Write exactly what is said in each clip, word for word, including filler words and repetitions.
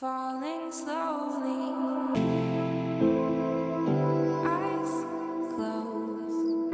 Falling slowly, eyes closed.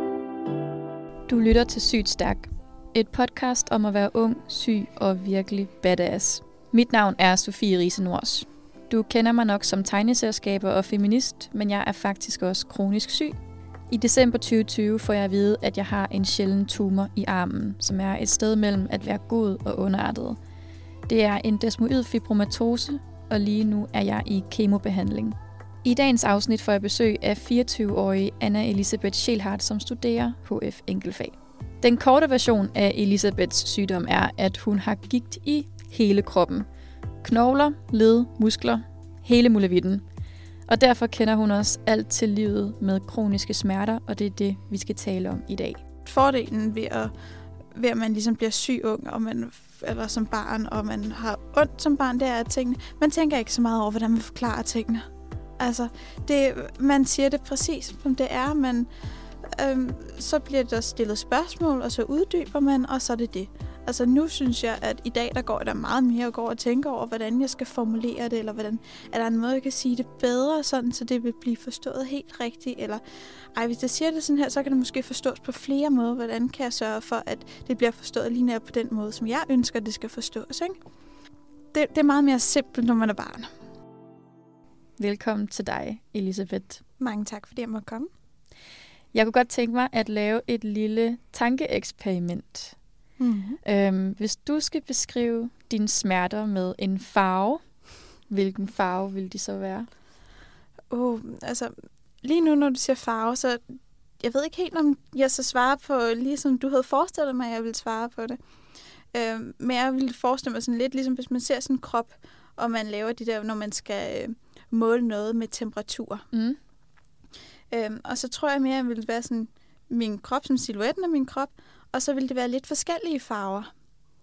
Du lytter til Sygt Stærk, et podcast om at være ung, syg og virkelig badass. Mit navn er Sofie Riise Nors. Du kender mig nok som tegneserieskaber og feminist, men jeg er faktisk også kronisk syg. I december tyve tyve får jeg at vide, at jeg har en sjælden tumor i armen, som er et sted mellem at være god og ondartet. Det er en desmoid fibromatose, og lige nu er jeg i kemobehandling. I dagens afsnit får jeg besøg af fireogtyve-årige Anna Elisabeth Schellhardt, som studerer H F enkeltfag. Den korte version af Elisabeths sygdom er, at hun har gigt i hele kroppen. Knogler, led, muskler, hele muligheden. Og derfor kender hun også alt til livet med kroniske smerter, og det er det, vi skal tale om i dag. Fordelen ved at, ved at man ligesom bliver syg ung, og man, eller som barn, og man har ondt som barn, det er at tingene, man tænker ikke så meget over, hvordan man forklarer tingene. Altså, det, man siger det præcis, som det er, men øhm, så bliver der stillet spørgsmål, og så uddyber man, og så er det det. Altså nu synes jeg, at i dag der går der meget mere og går og tænker over, hvordan jeg skal formulere det, eller hvordan, er der en måde, jeg kan sige det bedre, sådan, så det vil blive forstået helt rigtigt, eller ej, hvis jeg siger det sådan her, så kan det måske forstås på flere måder. Hvordan kan jeg sørge for, at det bliver forstået lige nær på den måde, som jeg ønsker, det skal forstås, ikke? Det, det er meget mere simpelt, når man er barn. Velkommen til dig, Elisabeth. Mange tak, fordi jeg måtte komme. Jeg kunne godt tænke mig at lave et lille tankeeksperiment. Mm-hmm. Øhm, hvis du skal beskrive dine smerter med en farve, hvilken farve vil de så være? Oh, altså, lige nu, når du siger farve, så jeg ved ikke helt, om jeg så svare på, ligesom du havde forestillet mig, at jeg ville svare på det. Øhm, men jeg ville forestille mig sådan lidt, ligesom hvis man ser sådan en krop, og man laver de der, når man skal øh, måle noget med temperatur. Mm. Øhm, og så tror jeg mere, at det ville være sådan min krop, som silhuetten af min krop, og så ville det være lidt forskellige farver.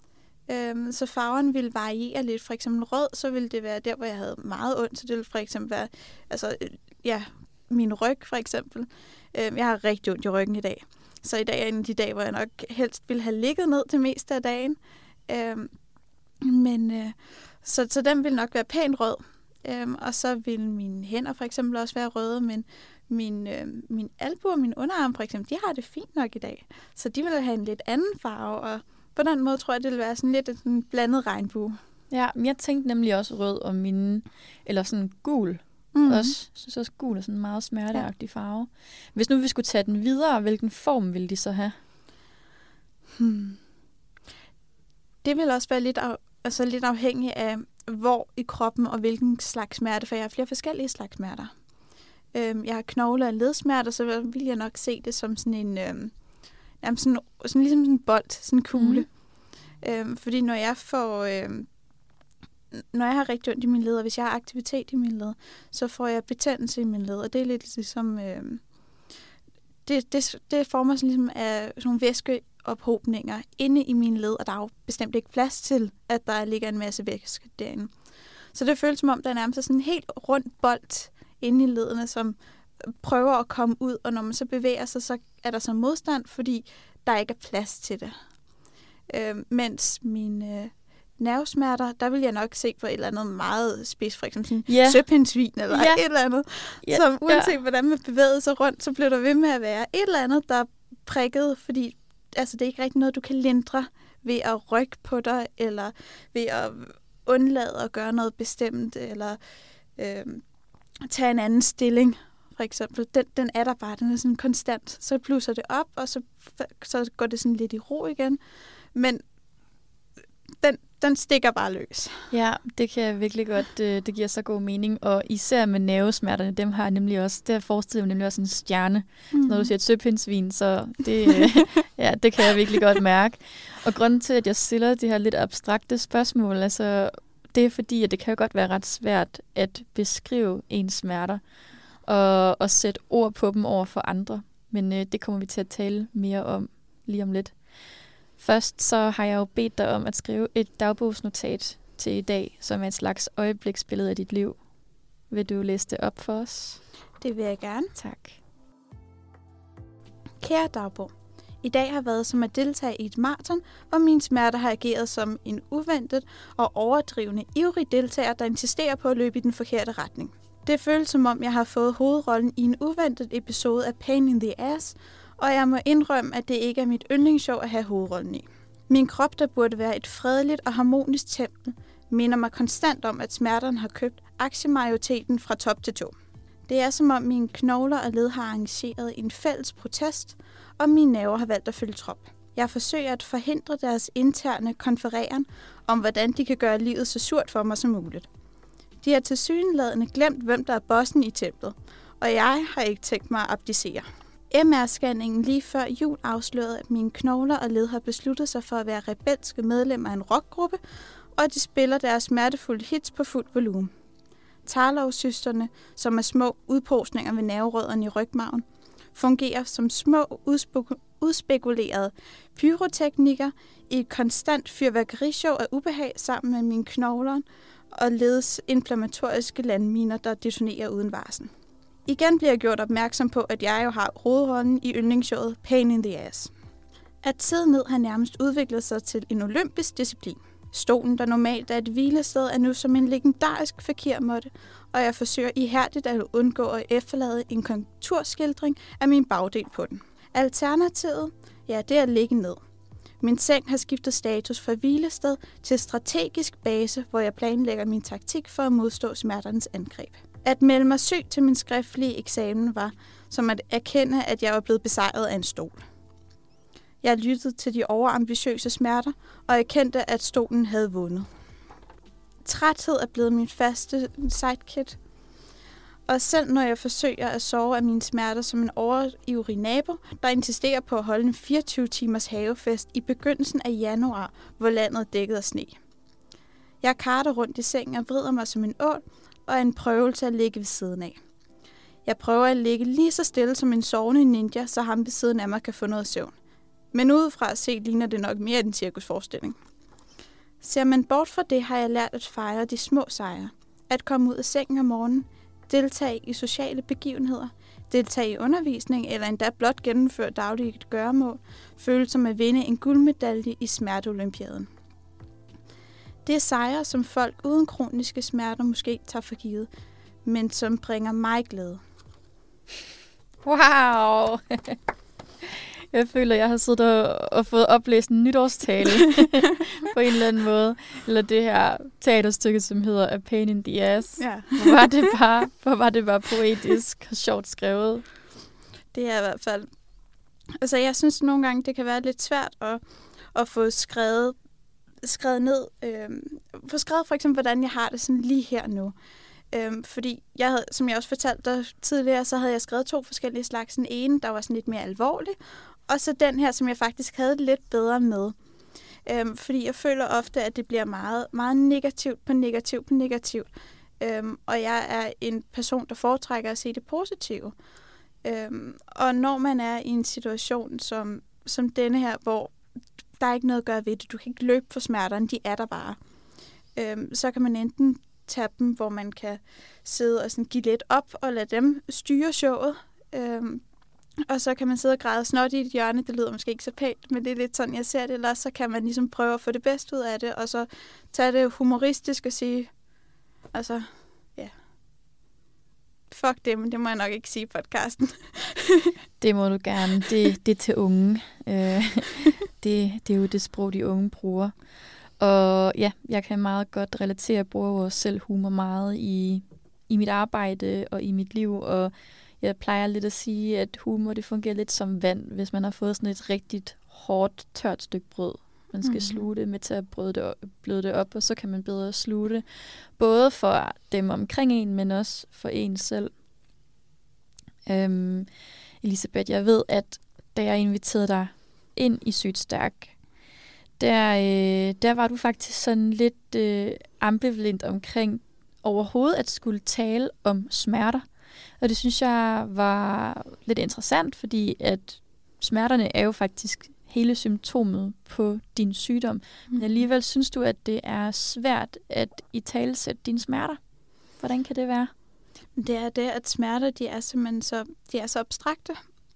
Øhm, så farven ville variere lidt. For eksempel rød, så ville det være der, hvor jeg havde meget ondt. Så det ville for eksempel være, altså, ja, min ryg for eksempel. Øhm, jeg har rigtig ondt i ryggen i dag. Så i dag er en af de dage, hvor jeg nok helst ville have ligget ned det meste af dagen. Øhm, men, øh, så, så den ville nok være pænt rød. Øhm, og så ville mine hænder for eksempel også være røde, men min, øh, min albu og min underarm for eksempel, de har det fint nok i dag. Så de vil have en lidt anden farve, og på den måde tror jeg, det vil være sådan lidt en blandet regnbue. Ja, men jeg tænkte nemlig også rød og mine, eller sådan gul mm. også. Jeg synes også, gul er sådan en meget smerteagtig ja. farve. Hvis nu vi skulle tage den videre, hvilken form ville de så have? Hmm. Det vil også være lidt, af, altså lidt afhængig af, hvor i kroppen og hvilken slags smerte, for jeg har flere forskellige slags smerter. Øhm, jeg har knogle- og ledsmerter, så vil jeg nok se det som sådan en, øhm, jamen sådan, sådan ligesom sådan en bold, sådan en kugle. Mm. Øhm, fordi når jeg får, øhm, når jeg har rigtig ondt i min led, og hvis jeg har aktivitet i min led, så får jeg betændelse i min led, og det er lidt ligesom, øhm, det, det, det former sådan ligesom af sådan nogle væskeophobninger inde i min led, og der er jo bestemt ikke plads til, at der ligger en masse væske derinde. Så det føles som om, der er nærmest sådan en helt rund bold inde i ledene, som prøver at komme ud, og når man så bevæger sig, så er der så modstand, fordi der ikke er plads til det. Øh, mens mine øh, nervesmerter, der vil jeg nok se på et eller andet meget spids, for eksempel sådan yeah. søpindsvin eller yeah. et eller andet, yeah. som uanset yeah. hvordan man bevæger sig rundt, så bliver der ved med at være et eller andet, der er prikket, fordi altså, det er ikke rigtig noget, du kan lindre ved at rykke på dig, eller ved at undlade at gøre noget bestemt, eller øh, tage en anden stilling, for eksempel. Den, den er der bare, den er sådan konstant. Så blusser det op, og så, så går det sådan lidt i ro igen. Men den, den stikker bare løs. Ja, det kan jeg virkelig godt, det giver så god mening. Og især med nervesmerterne, dem har jeg nemlig også, det forestiller jeg nemlig også en stjerne. Mm. Så når du siger et søpindsvin, så det, ja, det kan jeg virkelig godt mærke. Og grunden til, at jeg stiller de her lidt abstrakte spørgsmål, altså det er fordi, at det kan jo godt være ret svært at beskrive ens smerter og, og sætte ord på dem over for andre. Men øh, det kommer vi til at tale mere om lige om lidt. Først så har jeg jo bedt dig om at skrive et dagbogsnotat til i dag, som er et slags øjebliksbillede af dit liv. Vil du læse det op for os? Det vil jeg gerne. Tak. Kære dagbog. I dag har været som at deltage i et maraton, hvor mine smerter har ageret som en uventet og overdrivende ivrig deltager, der insisterer på at løbe i den forkerte retning. Det føles som om, jeg har fået hovedrollen i en uventet episode af Pain in the Ass, og jeg må indrømme, at det ikke er mit yndlingsshow at have hovedrollen i. Min krop, der burde være et fredeligt og harmonisk tempel, minder mig konstant om, at smerterne har købt aktiemajoriteten fra top til to. Det er som om mine knogler og led har arrangeret en fælles protest, og mine nerver har valgt at følge trop. Jeg forsøger at forhindre deres interne konfereren om, hvordan de kan gøre livet så surt for mig som muligt. De har tilsyneladende glemt, hvem der er bossen i templet, og jeg har ikke tænkt mig at abdicere. M R-scanningen lige før jul afslørede, at mine knogler og led har besluttet sig for at være rebelske medlemmer af en rockgruppe, og at de spiller deres smertefulde hits på fuld volumen. Tarlov-systerne, som er små udposninger ved nerverødderne i rygmarven, fungerer som små udspek- udspekulerede pyroteknikker i et konstant fyrværkerishow af ubehag sammen med mine knogler og leds inflammatoriske landminer, der detonerer uden varsel. Igen bliver jeg gjort opmærksom på, at jeg jo har hovedrollen i yndlingsshowet Pain in the Ass. At sidde ned har nærmest udviklet sig til en olympisk disciplin. Stolen, der normalt er et hvilested, er nu som en legendarisk fakirmåtte, og jeg forsøger ihærdigt at undgå at efterlade en konturskildring af min bagdel på den. Alternativet, ja, det er at ligge ned. Min seng har skiftet status fra hvilested til strategisk base, hvor jeg planlægger min taktik for at modstå smerternes angreb. At melde mig syg til min skriftlige eksamen var som at erkende, at jeg var blevet besejret af en stol. Jeg lyttede til de overambitiøse smerter, og erkendte, at stolen havde vundet. Træthed er blevet min faste sidekit, og selv når jeg forsøger at sove af mine smerter som en overivrig nabo, der insisterer på at holde en fireogtyve timers havefest i begyndelsen af januar, hvor landet er dækket af sne. Jeg karter rundt i sengen og vrider mig som en ål, og er en prøvelse at ligge ved siden af. Jeg prøver at ligge lige så stille som en sovende ninja, så ham ved siden af mig kan få noget søvn. Men udefra set ligner det nok mere en cirkusforestilling. Ser man bort fra det, har jeg lært at fejre de små sejre. At komme ud af sengen om morgenen, deltage i sociale begivenheder, deltage i undervisning eller endda blot gennemføre daglige gøremål, føles som at vinde en guldmedalje i smerteolympiaden. Det er sejre, som folk uden kroniske smerter måske tager for givet, men som bringer mig glæde. Wow! Jeg føler, jeg har siddet og, og fået oplæst en nytårstale på en eller anden måde. Eller det her teaterstykke, som hedder A Pain in the Ass. Ja. Hvor var det bare, hvor var det bare poetisk og sjovt skrevet. Det er i hvert fald... Altså, jeg synes nogle gange, det kan være lidt svært at, at få skrevet, skrevet ned. Øhm, få skrevet for eksempel, hvordan jeg har det sådan lige her nu. Øhm, fordi, jeg havde, som jeg også fortalte dig tidligere, så havde jeg skrevet to forskellige slags. Den ene, der var sådan lidt mere alvorlig, og så den her, som jeg faktisk havde det lidt bedre med. Øhm, fordi jeg føler ofte, at det bliver meget, meget negativt på negativt på negativt. Øhm, og jeg er en person, der foretrækker at se det positive. Øhm, og når man er i en situation som, som denne her, hvor der er ikke noget at gøre ved det, du kan ikke løbe for smerterne, de er der bare. Øhm, så kan man enten tage dem, hvor man kan sidde og sådan give lidt op og lade dem styre showet. Øhm, og så kan man sidde og græde snot i et hjørne. Det lyder måske ikke så pænt, men det er lidt sådan, jeg ser det. Eller så kan man ligesom prøve at få det bedste ud af det, og så tage det humoristisk og sige, altså, ja, fuck det, men det må jeg nok ikke sige i podcasten. Det må du gerne. Det, det er til unge. Øh, det, det er jo det sprog, de unge bruger. Og ja, jeg kan meget godt relatere, at bruge vores selv humor meget i, i mit arbejde og i mit liv, og jeg plejer lidt at sige, at humor det fungerer lidt som vand, hvis man har fået sådan et rigtigt hårdt, tørt stykke brød. Man skal mm. sluge det med til at bløde det, op, bløde det op, og så kan man bedre sluge det, både for dem omkring en, men også for en selv. Øhm, Elisabeth, jeg ved, at da jeg inviterede dig ind i Sygt Stærk, Der, øh, der var du faktisk sådan lidt øh, ambivalent omkring overhovedet at skulle tale om smerter. Og det synes jeg var lidt interessant, fordi at smerterne er jo faktisk hele symptomet på din sygdom. Mm. Men alligevel synes du, at det er svært at italesætte dine smerter. Hvordan kan det være? Det er det, at smerter de er simpelthen så, de er så abstrakte.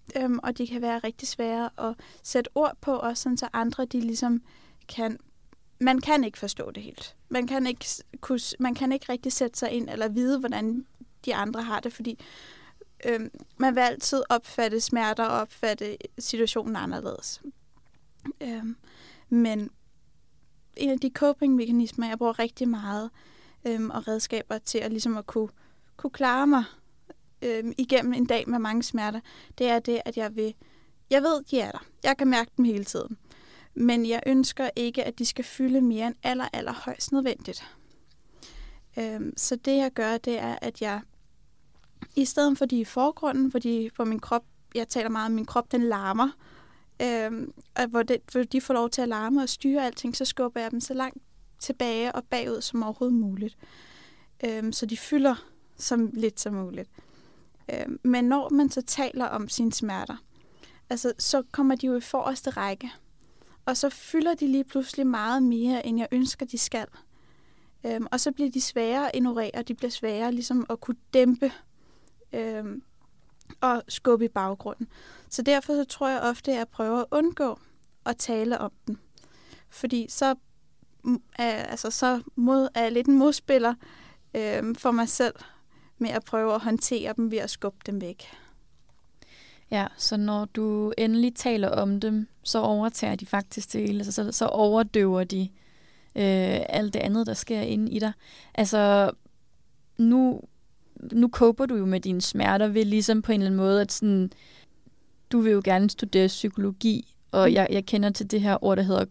øhm, og de kan være rigtig svære at sætte ord på, også sådan, så andre de ligesom kan... Man kan ikke forstå det helt. Man kan ikke, kunne, man kan ikke rigtig sætte sig ind eller vide, hvordan de andre har det, fordi øhm, man vil altid opfatte smerter og opfatte situationen anderledes. Øhm, men en af de coping-mekanismer, jeg bruger rigtig meget, øhm, og redskaber til at, ligesom at kunne, kunne klare mig øhm, igennem en dag med mange smerter, det er det, at jeg vil... Jeg ved, de er der. Jeg kan mærke dem hele tiden. Men jeg ønsker ikke, at de skal fylde mere end aller, aller højst nødvendigt. Øhm, så det, jeg gør, det er, at jeg i stedet for de i forgrunden, hvor, de, hvor min krop, jeg taler meget om, min krop, den larmer, øhm, og hvor, det, hvor de får lov til at larme og styre alting, så skubber jeg dem så langt tilbage og bagud som overhovedet muligt. Øhm, så de fylder så lidt som muligt. Øhm, men når man så taler om sine smerter, altså, så kommer de jo i forreste række. Og så fylder de lige pludselig meget mere, end jeg ønsker, de skal. Øhm, og så bliver de sværere at ignorere, de bliver sværere ligesom at kunne dæmpe øhm, og skubbe i baggrunden. Så derfor så tror jeg ofte, at jeg prøver at undgå at tale om dem. Fordi så er, altså, så mod, er jeg lidt en modspiller øhm, for mig selv med at prøve at håndtere dem ved at skubbe dem væk. Ja, så når du endelig taler om dem, så overtager de faktisk det hele. Altså, så, så overdøver de øh, alt det andet, der sker inde i dig. Altså, nu, nu coper du jo med dine smerter ved ligesom på en eller anden måde, at sådan, du vil jo gerne studere psykologi, og jeg, jeg kender til det her ord, der hedder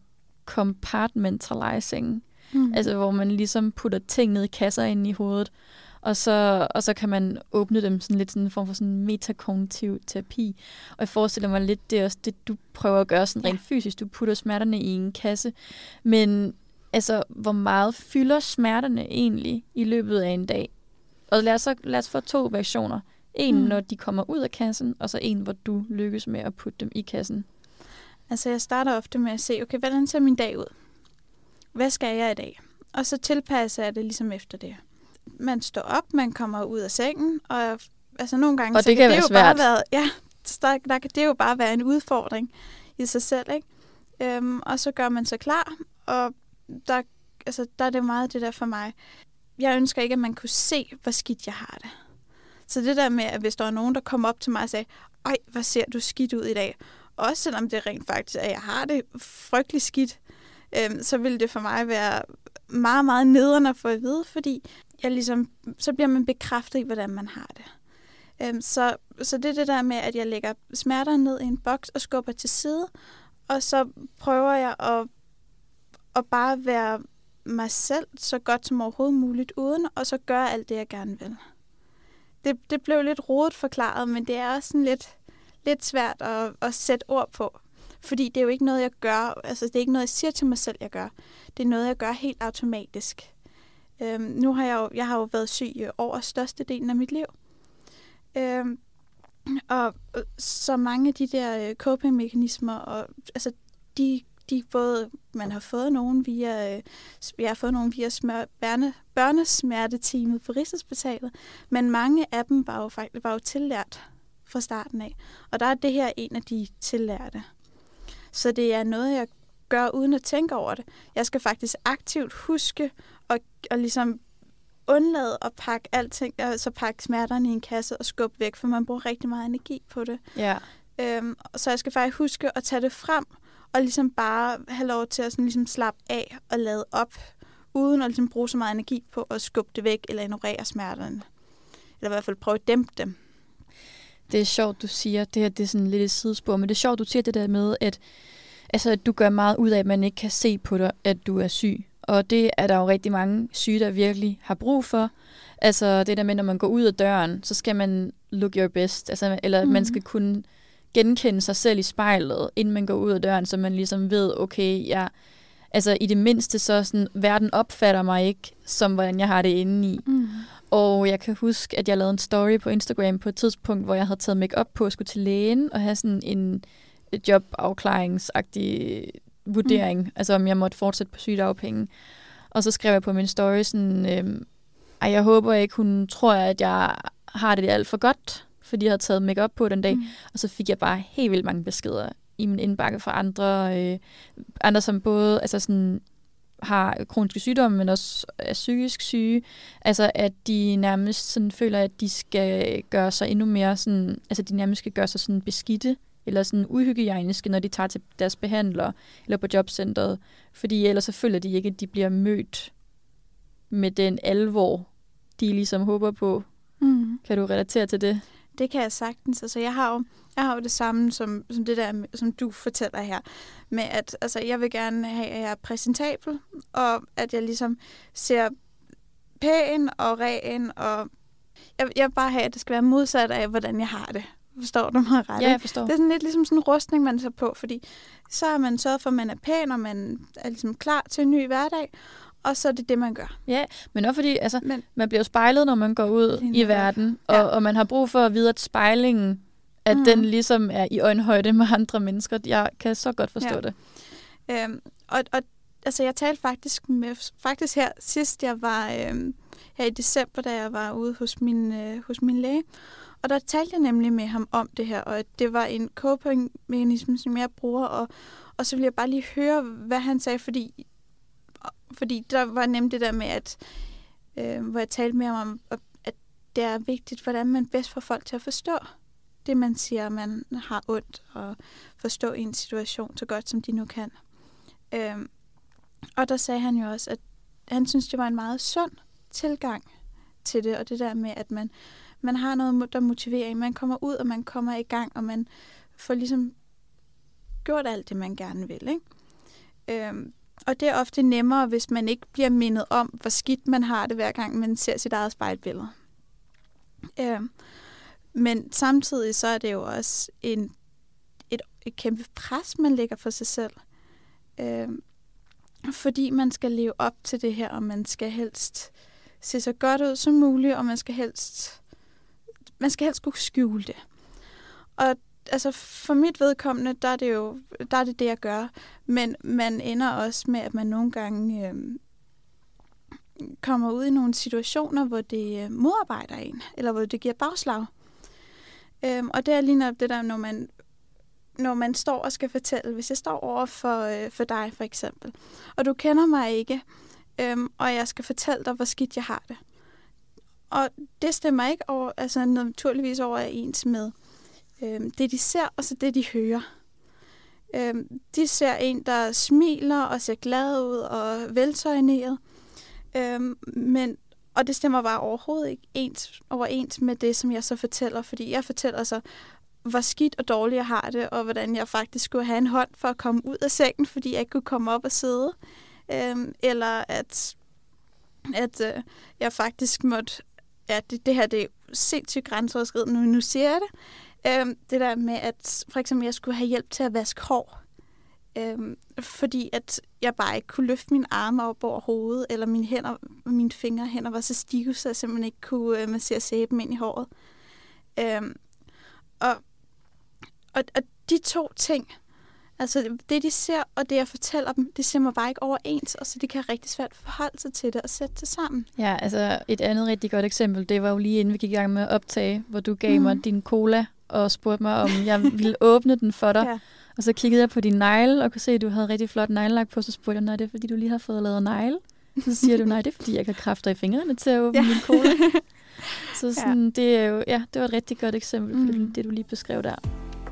compartmentalizing. Mm. Altså, hvor man ligesom putter ting ned i kasser inde i hovedet, Og så, og så kan man åbne dem sådan lidt sådan en form for sådan metakognitiv terapi. Og jeg forestiller mig lidt, det er også det, du prøver at gøre sådan rent ja. fysisk. Du putter smerterne i en kasse. Men altså, hvor meget fylder smerterne egentlig i løbet af en dag? Og lad os, så, lad os få to versioner. En, mm. når de kommer ud af kassen, og så en, hvor du lykkes med at putte dem i kassen. Altså, jeg starter ofte med at se, okay, hvordan ser min dag ud? Hvad skal jeg i dag? Og så tilpasser jeg det ligesom efter det. Man står op, man kommer ud af sengen, og altså nogle gange... Og så det kan, kan være det jo svært. Bare være, ja, der, der kan det jo bare være en udfordring i sig selv, ikke? Øhm, og så gør man sig klar, og der, altså, der er det meget det der for mig. Jeg ønsker ikke, at man kunne se, hvor skidt jeg har det. Så det der med, at hvis der er nogen, der kommer op til mig og siger, ej, hvor ser du skidt ud i dag? Også selvom det rent faktisk er, at jeg har det frygtelig skidt, øhm, så vil det for mig være meget, meget nederen at få at vide, fordi jeg ligesom, så bliver man bekræftet i, hvordan man har det. Øhm, så, så det er det der med, at jeg lægger smerterne ned i en boks og skubber til side, og så prøver jeg at, at bare være mig selv så godt som overhovedet muligt uden, og så gøre alt det, jeg gerne vil. Det, det blev lidt rodet forklaret, men det er også sådan lidt, lidt svært at, at sætte ord på. Fordi det er jo ikke noget, jeg gør, altså det er ikke noget, jeg siger til mig selv, jeg gør. Det er noget, jeg gør helt automatisk. Øhm, nu har jeg jo, jeg har jo været syg over størstedelen af mit liv. Øhm, og så mange af de der coping-mekanismer, og, altså de, de både, man har fået nogen via, jeg har fået nogen via smør, børne, børnesmerteteamet på Rigshospitalet, men mange af dem var jo faktisk var jo tillært fra starten af. Og der er det her en af de tillærte. Så det er noget, jeg gør uden at tænke over det. Jeg skal faktisk aktivt huske og, og ligesom undlade at pakke alting, altså pakke smerterne i en kasse og skubbe væk, for man bruger rigtig meget energi på det. Ja. Øhm, så jeg skal faktisk huske at tage det frem og ligesom bare have lov til at sådan ligesom slappe af og lade op, uden at ligesom bruge så meget energi på at skubbe det væk eller ignorere smerterne. Eller i hvert fald prøve at dæmpe dem. Det er sjovt, du siger, det her det er sådan lidt et sidespor, men det er sjovt, du siger det der med, at, altså, at du gør meget ud af, at man ikke kan se på dig, at du er syg. Og det er der jo rigtig mange syge, der virkelig har brug for. Altså det der med, når man går ud af døren, så skal man look your best. Altså, eller mm. man skal kunne genkende sig selv i spejlet, inden man går ud af døren, så man ligesom ved, okay, jeg, altså i det mindste så sådan, verden opfatter mig ikke, som hvordan jeg har det indeni. Mm. Og jeg kan huske, at jeg lavede en story på Instagram på et tidspunkt, hvor jeg havde taget make-up på og skulle til lægen og have sådan en jobafklaringsagtig vurdering, mm. altså om jeg måtte fortsætte på sygedagpenge. Og så skrev jeg på min story sådan, øhm, ej, jeg håber ikke, hun tror, at jeg har det alt for godt. fordi jeg havde taget makeup på den dag, Mm. og så fik jeg bare helt vildt mange beskeder i min indbakke fra andre, øh, andre som både altså sådan, har kroniske sygdomme, men også er psykisk syge. Altså, at de nærmest sådan føler, at de skal gøre sig endnu mere sådan, altså de nærmest skal gøre sig sådan beskidte, eller sådan uhygiejniske, når de tager til deres behandler, eller på jobcentret. Fordi ellers så føler de ikke, at de bliver mødt med den alvor, de ligesom håber på. Mm. Kan du relatere til det? Det kan jeg sagtens. Altså, jeg har jo, jeg har jo det samme som, som det der, som du fortæller her, med at altså, jeg vil gerne have, at jeg er præsentabel, og at jeg ligesom ser pæn og ren, og jeg, jeg vil bare have, at det skal være modsat af, hvordan jeg har det. Forstår du mig ret? Ja, jeg forstår. Det er sådan lidt ligesom sådan en rustning, man tager på, fordi så har man sørget for, at man er pæn, og man er ligesom klar til en ny hverdag, og så er det det, man gør. Ja, men også fordi, altså, Men, man bliver jo spejlet, når man går ud Lige i netop. verden, og, Ja. og man har brug for at vide, at spejlingen, at Mm. den ligesom er i øjenhøjde med andre mennesker. Jeg kan så godt forstå Ja. det. øhm, og, og altså, jeg talte faktisk med, faktisk her sidst, jeg var øhm, her i december, da jeg var ude hos min, øh, hos min læge, og der talte jeg nemlig med ham om det her, og at det var en coping-mekanisme, som jeg bruger, og, og så ville jeg bare lige høre, hvad han sagde, fordi, fordi der var nemlig det der med, at øh, hvor jeg talte med ham om, at det er vigtigt, hvordan man bedst får folk til at forstå det, man siger, man har ondt, og forstå en situation så godt, som de nu kan. Øhm, og der sagde han jo også, at han synes, det var en meget sund tilgang til det, og det der med, at man, man har noget, der motiverer en. Man kommer ud, og man kommer i gang, og man får ligesom gjort alt det, man gerne vil. Ikke? Øhm, og det er ofte nemmere, hvis man ikke bliver mindet om, hvor skidt man har det, hver gang man ser sit eget spejlbillede. Øhm, men samtidig så er det jo også en, et, et kæmpe pres, man lægger for sig selv. Øhm, fordi man skal leve op til det her, og man skal helst se så godt ud som muligt, og man skal helst man skal helst kunne skjule det. Og altså for mit vedkommende, der er det jo der er det det jeg gør, men man ender også med, at man nogle gange øhm, kommer ud i nogle situationer, hvor det modarbejder en, eller hvor det giver bagslag. Øhm, og det er lige nok det der, når man når man står og skal fortælle, hvis jeg står over for, øh, for dig for eksempel, og du kender mig ikke, øhm, og jeg skal fortælle dig, hvor skidt jeg har det. Og det stemmer ikke over, altså naturligvis over ens med øhm, det, de ser, og så det, de hører. Øhm, de ser en, der smiler og ser glad ud og veltøjneret, øhm, men og det stemmer bare overhovedet ikke ens, overens med det, som jeg så fortæller, fordi jeg fortæller så, hvor skidt og dårligt jeg har det, og hvordan jeg faktisk skulle have en hånd for at komme ud af sengen, fordi jeg ikke kunne komme op og sidde. Øhm, eller at, at øh, jeg faktisk måtte, at det, det her det er sindssygt grænseoverskridende, nu, nu siger jeg det. Øhm, det der med, at for eksempel jeg skulle have hjælp til at vaske hår, øhm, fordi at jeg bare ikke kunne løfte mine arme op over hovedet, eller mine hænder, mine fingre hænder var så stive, så jeg simpelthen ikke kunne øh, massere sæben ind i håret. Øhm, og Og, og de to ting, altså det de ser, og det jeg fortæller dem, det ser mig bare ikke overens, og så de kan have rigtig svært forholde sig til det og sætte det sammen. Ja, altså et andet rigtig godt eksempel, det var jo lige inden vi gik i gang med at optage, hvor du gav Mm. mig din cola og spurgte mig, om jeg ville åbne den for dig. Ja. Og så kiggede jeg på din negle og kunne se, at du havde rigtig flot neglelak på, så spurgte jeg, nej, det er fordi, du lige har fået lavet negle. Så siger du, nej, det er fordi, jeg kan kræfter i fingrene til at åbne Ja. min cola. Så sådan, ja. det er jo, ja, det var et rigtig godt eksempel, mm. Mm. det du lige beskrev der.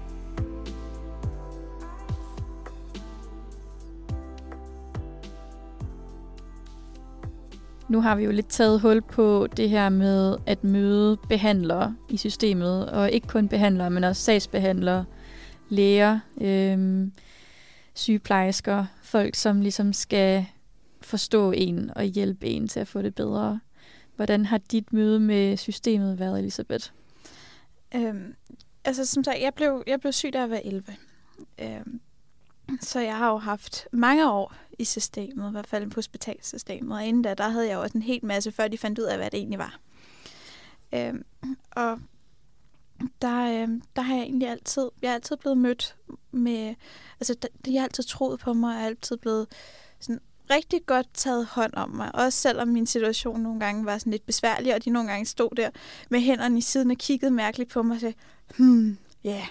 Nu har vi jo lidt taget hul på det her med at møde behandlere i systemet, og ikke kun behandlere, men også sagsbehandlere, læger, øhm, sygeplejersker, folk, som ligesom skal forstå en og hjælpe en til at få det bedre. Hvordan har dit møde med systemet været, Elisabeth? Øhm, altså som sagt, jeg blev, jeg blev syg, da jeg var elleve. Øhm, så jeg har jo haft mange år i systemet, i hvert fald på hospitalsystemet. Og inden da, der havde jeg jo også en hel masse, før de fandt ud af, hvad det egentlig var. Øhm, og der, øhm, der har jeg egentlig altid, jeg er altid blevet mødt med, altså der, jeg har altid troet på mig, og jeg er altid blevet sådan rigtig godt taget hånd om mig. Også selvom min situation nogle gange var sådan lidt besværlig, og de nogle gange stod der med hænderne i siden og kiggede mærkeligt på mig og sagde, hmm, ja, yeah.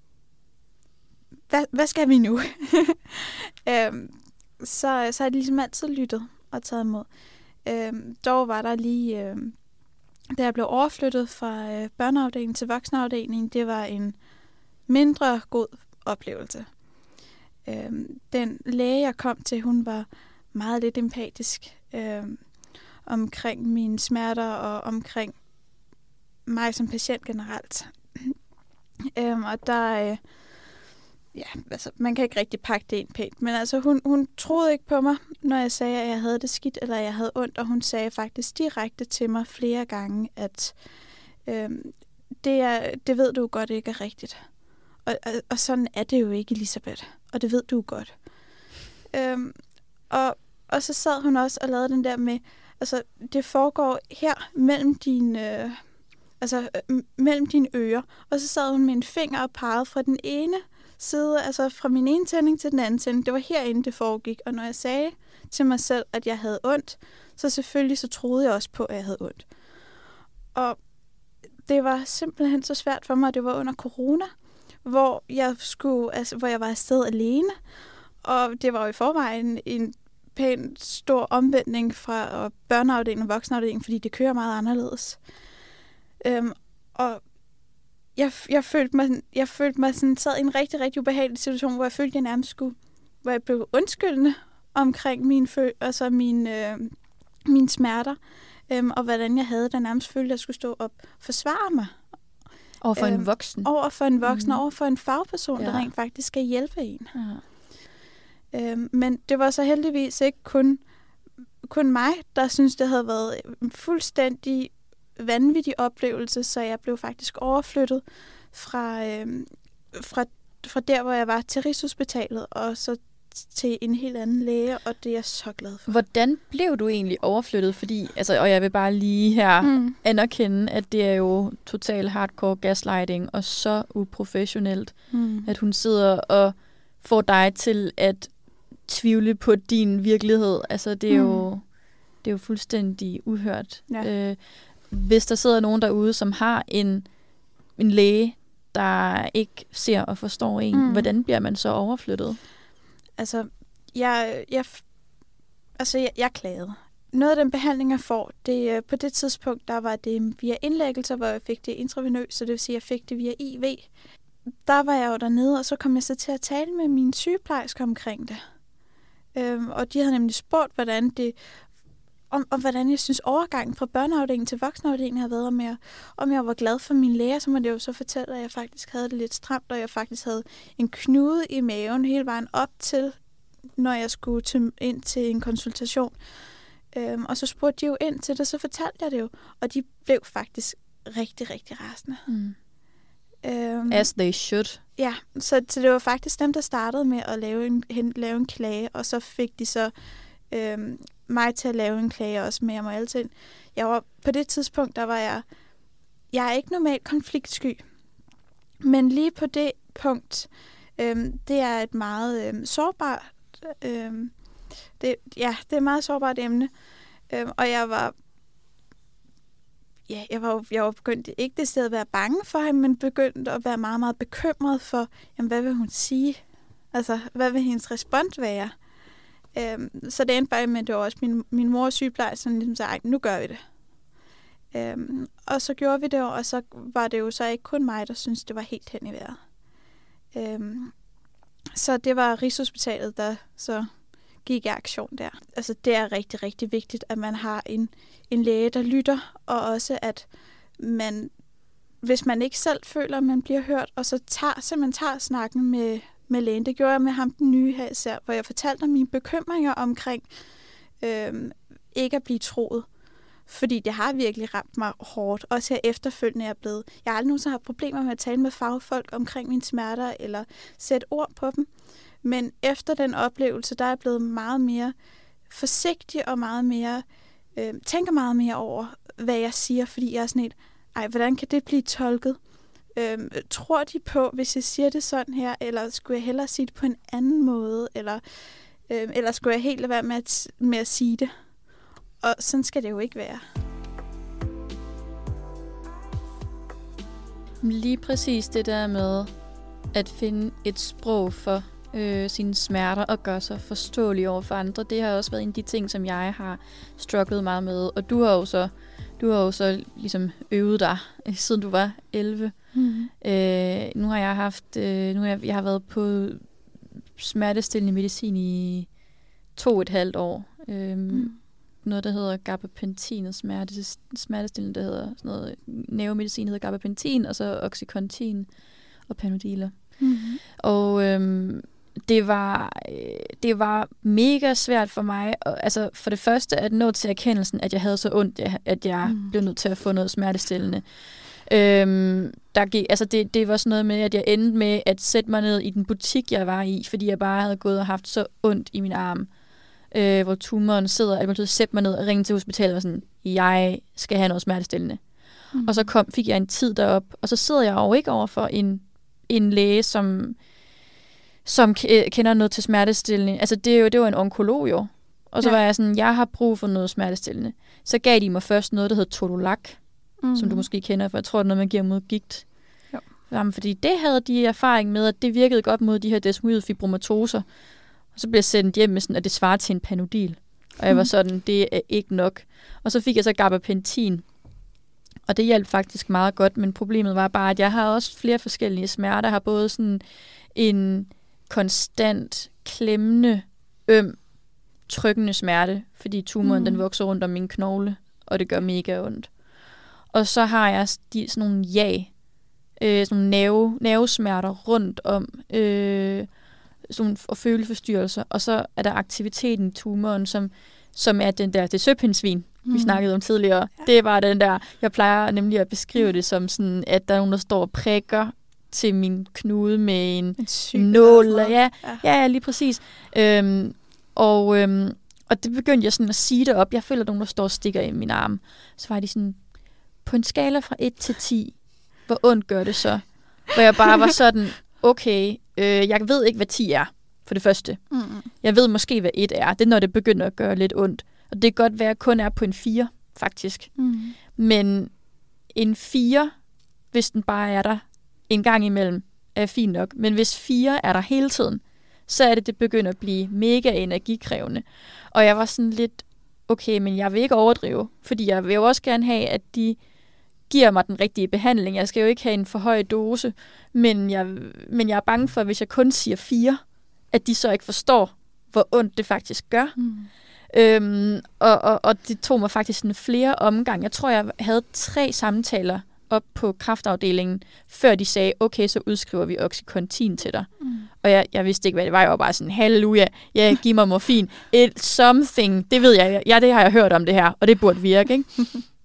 hvad, hvad skal vi nu? øhm, så, så har de ligesom altid lyttet og taget imod. Øhm, dog var der lige, øhm, da jeg blev overflyttet fra øh, børneafdelingen til voksenafdelingen, det var en mindre god oplevelse. Øhm, den læge, jeg kom til, hun var meget lidt empatisk øhm, omkring mine smerter og omkring mig som patient generelt. øhm, og der, øh, ja, altså, man kan ikke rigtig pakke det ind pænt, men altså, hun, hun troede ikke på mig, når jeg sagde, at jeg havde det skidt, eller jeg havde ondt, og hun sagde faktisk direkte til mig flere gange, at øhm, det, er, det ved du godt ikke er rigtigt. Og, og, og sådan er det jo ikke, Elisabeth. Og det ved du godt. Øhm, og, og så sad hun også og lavede den der med, altså det foregår her mellem dine, øh, altså øh, mellem dine ører. Og så sad hun med en finger og pegede fra den ene side, altså fra min ene tænding til den anden tænding. Det var herinde, det foregik. Og når jeg sagde til mig selv, at jeg havde ondt, så selvfølgelig så troede jeg også på, at jeg havde ondt. Og det var simpelthen så svært for mig, at det var under corona, hvor jeg skulle, altså, hvor jeg var afsted alene, og det var jo i forvejen en pæn stor omvending fra børneafdelingen og voksenafdelingen, fordi det kører meget anderledes. Øhm, og jeg, jeg følte mig, jeg følte mig sådan, sad i en rigtig, rigtig ubehagelig situation, hvor jeg følte, jeg nærmest skulle, hvor jeg blev undskyldende omkring mine, føl- altså mine, øh, mine smerter, øhm, og hvordan jeg havde det nærmest følte, at jeg skulle stå op og forsvare mig. Over for øhm, en voksen? Over for en voksen, mm. over for en fagperson, ja. der rent faktisk skal hjælpe en. Ja. Øhm, men det var så heldigvis ikke kun, kun mig, der synes det havde været en fuldstændig vanvittig oplevelse, så jeg blev faktisk overflyttet fra, øhm, fra, fra der, hvor jeg var, til Rigshospitalet, og så til en helt anden læge, og det er jeg så glad for. Hvordan blev du egentlig overflyttet? Fordi, altså, og jeg vil bare lige her mm. anerkende, at det er jo total hardcore gaslighting, og så uprofessionelt, mm. at hun sidder og får dig til at tvivle på din virkelighed. Altså, det er, mm. jo, det er jo fuldstændig uhørt. Ja. Øh, hvis der sidder nogen derude, som har en, en læge, der ikke ser og forstår en, mm. hvordan bliver man så overflyttet? Altså, jeg, jeg, altså jeg, jeg klagede. Noget af den behandling, jeg får, det, på det tidspunkt, der var det via indlæggelser, hvor jeg fik det intravenøst, så det vil sige, at jeg fik det via I V. Der var jeg jo dernede, og så kom jeg så til at tale med mine sygeplejersker omkring det. Øhm, og de havde nemlig spurgt, hvordan det, om, om hvordan jeg synes overgangen fra børneafdelingen til voksenafdelingen havde været, om jeg, om jeg var glad for min læger, så måtte jeg jo så fortælle, at jeg faktisk havde det lidt stramt, og jeg faktisk havde en knude i maven hele vejen op til, når jeg skulle til, ind til en konsultation. Øhm, og så spurgte de jo ind til det, så fortalte jeg det jo, og de blev faktisk rigtig, rigtig rasende. Mm. Øhm, As they should. Ja, så, så det var faktisk dem, der startede med at lave en, hen, lave en klage, og så fik de så øhm, mig til at lave en klage også med mig altid. Jeg var, på det tidspunkt, der var jeg, jeg er ikke normalt konfliktsky, men lige på det punkt, øhm, det er et meget øhm, sårbart, øhm, det, ja, det er et meget sårbart emne, øhm, og jeg var, ja, jeg var, jeg var begyndt ikke det sted at være bange for ham, men begyndt at være meget, meget bekymret for, jamen, hvad vil hun sige? Altså, hvad vil hendes respons være? Øhm, så det endte bare med, at det var også min, min mor og sygeplejerske, som ligesom sagde, nu gør vi det. Øhm, og så gjorde vi det, og så var det jo så ikke kun mig, der syntes, det var helt hen i vejret. Øhm, så det var Rigshospitalet, der så gik i aktion der. Altså, det er rigtig, rigtig vigtigt, at man har en, en læge, der lytter, og også at man, hvis man ikke selv føler, at man bliver hørt, og så tager, simpelthen tager snakken med, med lægen. Det gjorde jeg med ham den nye her især, hvor jeg fortalte om mine bekymringer omkring øh, ikke at blive troet. Fordi det har virkelig ramt mig hårdt. Også her efterfølgende er jeg blevet. Jeg har aldrig nogensinde haft problemer med at tale med fagfolk omkring mine smerter, eller sætte ord på dem. Men efter den oplevelse, der er jeg blevet meget mere forsigtig og meget mere, øh, tænker meget mere over, hvad jeg siger, fordi jeg er sådan et, ej, hvordan kan det blive tolket? Øh, tror de på, hvis jeg siger det sådan her, eller skulle jeg hellere sige det på en anden måde? Eller, Øh, ellers skulle jeg helt lade være med at, med at sige det. Og sådan skal det jo ikke være. Lige præcis det der med at finde et sprog for øh, sine smerter og gøre sig forståelig over for andre, det har også været en af de ting, som jeg har strugglet meget med. Og du har jo så, du har jo så ligesom øvet dig, siden du var elleve. Mm. Øh, nu har jeg haft, øh, nu har jeg, jeg har været på smertestillende medicin i to og et halvt år. Øh, mm. Noget, der hedder gabapentin og smerte, smertestillende, der hedder sådan noget, nervemedicin hedder gabapentin, og så Oxycontin og Panodiler. Mm-hmm. Og øhm, det var øh, det var mega svært for mig, og, altså for det første at nå til erkendelsen, at jeg havde så ondt, at jeg mm. blev nødt til at få noget smertestillende. Øhm, der gik, altså det, det var sådan noget med, at jeg endte med at sætte mig ned i den butik, jeg var i, fordi jeg bare havde gået og haft så ondt i min arm. Øh, hvor tumoren sidder, at jeg måtte sætte mig ned og ringe til hospitalet og sådan, jeg skal have noget smertestillende. Mm. Og så kom, fik jeg en tid derop, og så sidder jeg jo ikke over for en, en læge, som, som kender noget til smertestillende. Altså det, er jo, det var en onkolog jo. Og så ja. var jeg sådan, jeg har brug for noget smertestillende. Så gav de mig først noget, der hedder Todolac, mm. som du måske kender, for jeg tror, det er noget, man giver mod gigt. Jo. Jamen, fordi det havde de erfaring med, at det virkede godt mod de her desmoide fibromatoser. Og så blev jeg sendt hjem med sådan, at det svarer til en Panodil. Og jeg var sådan, det er ikke nok. Og så fik jeg så gabapentin. Og det hjalp faktisk meget godt, men problemet var bare, at jeg har også flere forskellige smerter. Jeg har både sådan en konstant, klemmende, øm, trykkende smerte, fordi tumoren mm. den vokser rundt om min knogle, og det gør mega ondt. Og så har jeg de, sådan nogle ja, øh, sådan nogle nerve, nervesmerter rundt om, øh, sådan, og føleforstyrrelser, og så er der aktiviteten i tumoren, som, som er den der, det søpindsvin, mm. vi snakkede om tidligere. Ja. Det er bare den der, jeg plejer nemlig at beskrive det som sådan, at der er nogen, der står og prikker til min knude med en, en nål. Ja, ja. ja, lige præcis. Øhm, og, øhm, og det begyndte jeg sådan at sige det op. Jeg føler, at nogen, der står og stikker i min arm. Så var de sådan, på en skala fra et til ti, hvor ondt gør det så? Hvor jeg bare var sådan, okay, øh, jeg ved ikke, hvad ti er, for det første. Mm. Jeg ved måske, hvad et er. Det er, når det begynder at gøre lidt ondt. Og det kan godt være, at jeg kun er på en fire, faktisk. Mm. Men en fire, hvis den bare er der en gang imellem, er fint nok. Men hvis fire er der hele tiden, så er det, det begynder at blive mega energikrævende. Og jeg var sådan lidt, okay, men jeg vil ikke overdrive, fordi jeg vil jo også gerne have, at de giver mig den rigtige behandling. Jeg skal jo ikke have en for høj dose, men jeg, men jeg er bange for, hvis jeg kun siger fire, at de så ikke forstår, hvor ondt det faktisk gør. Mm. Øhm, og, og, og det tog mig faktisk sådan flere omgange. Jeg tror, jeg havde tre samtaler op på kræftafdelingen, før de sagde, okay, så udskriver vi Oxycontin til dig. Mm. Og jeg, jeg vidste ikke, hvad det var. Jeg var bare sådan, halleluja, ja, giv mig morfin. It something, det ved jeg. Ja, det har jeg hørt om det her, og det burde virke, ikke?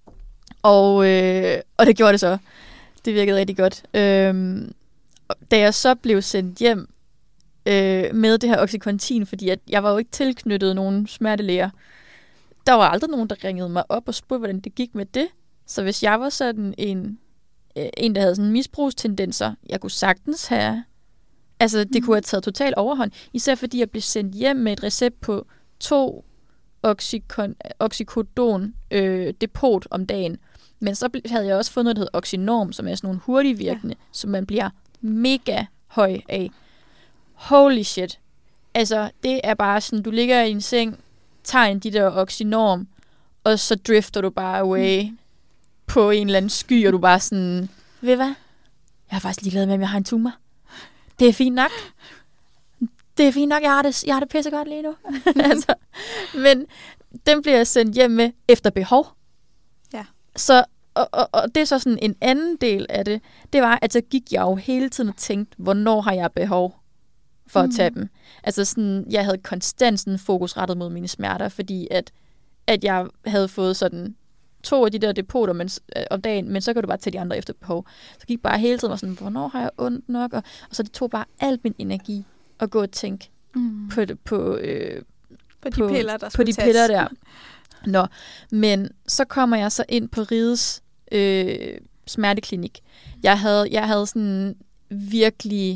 og, øh, og det gjorde det så. Det virkede rigtig godt. Øhm, da jeg så blev sendt hjem øh, med det her Oxycontin, fordi at jeg var jo ikke tilknyttet nogen smertelæger, der var aldrig nogen, der ringede mig op og spurgte, hvordan det gik med det. Så hvis jeg var sådan en, en der havde sådan misbrugstendenser, jeg kunne sagtens have, altså det mm. kunne have taget total overhånd, især fordi jeg blev sendt hjem med et recept på to oxycon, oxycodon øh, depot om dagen. Men så havde jeg også fundet noget, der hedder Oxynorm, som er sådan nogle hurtigvirkende, ja. Som man bliver mega høj af. Holy shit. Altså, det er bare sådan, du ligger i en seng, tager en de der Oxynorm, og så drifter du bare away mm. på en eller anden sky, og du bare sådan, ved hvad? Jeg er faktisk ligeglad med, om jeg har en tumor. Det er fint nok. Det er fint nok, jeg har det, jeg har det pissegodt lige nu. altså, men den bliver jeg sendt hjem med efter behov. Ja. Så, og, og, og det er så sådan en anden del af det, det var, at så gik jeg jo hele tiden og tænkte, hvornår har jeg behov for mm. at tage dem. Altså sådan, jeg havde konstant sådan fokus rettet mod mine smerter, fordi at, at jeg havde fået sådan to af de der depoter men, øh, om dagen, men så kan du bare tage de andre efter behov. Så gik bare hele tiden og sådan, hvornår har jeg ondt nok? Og, og så det tog bare al min energi at gå og tænke mm. på, på, øh, på de piller, der på de piller der. Nå, men så kommer jeg så ind på Rides øh, smerteklinik. Jeg havde, jeg havde sådan virkelig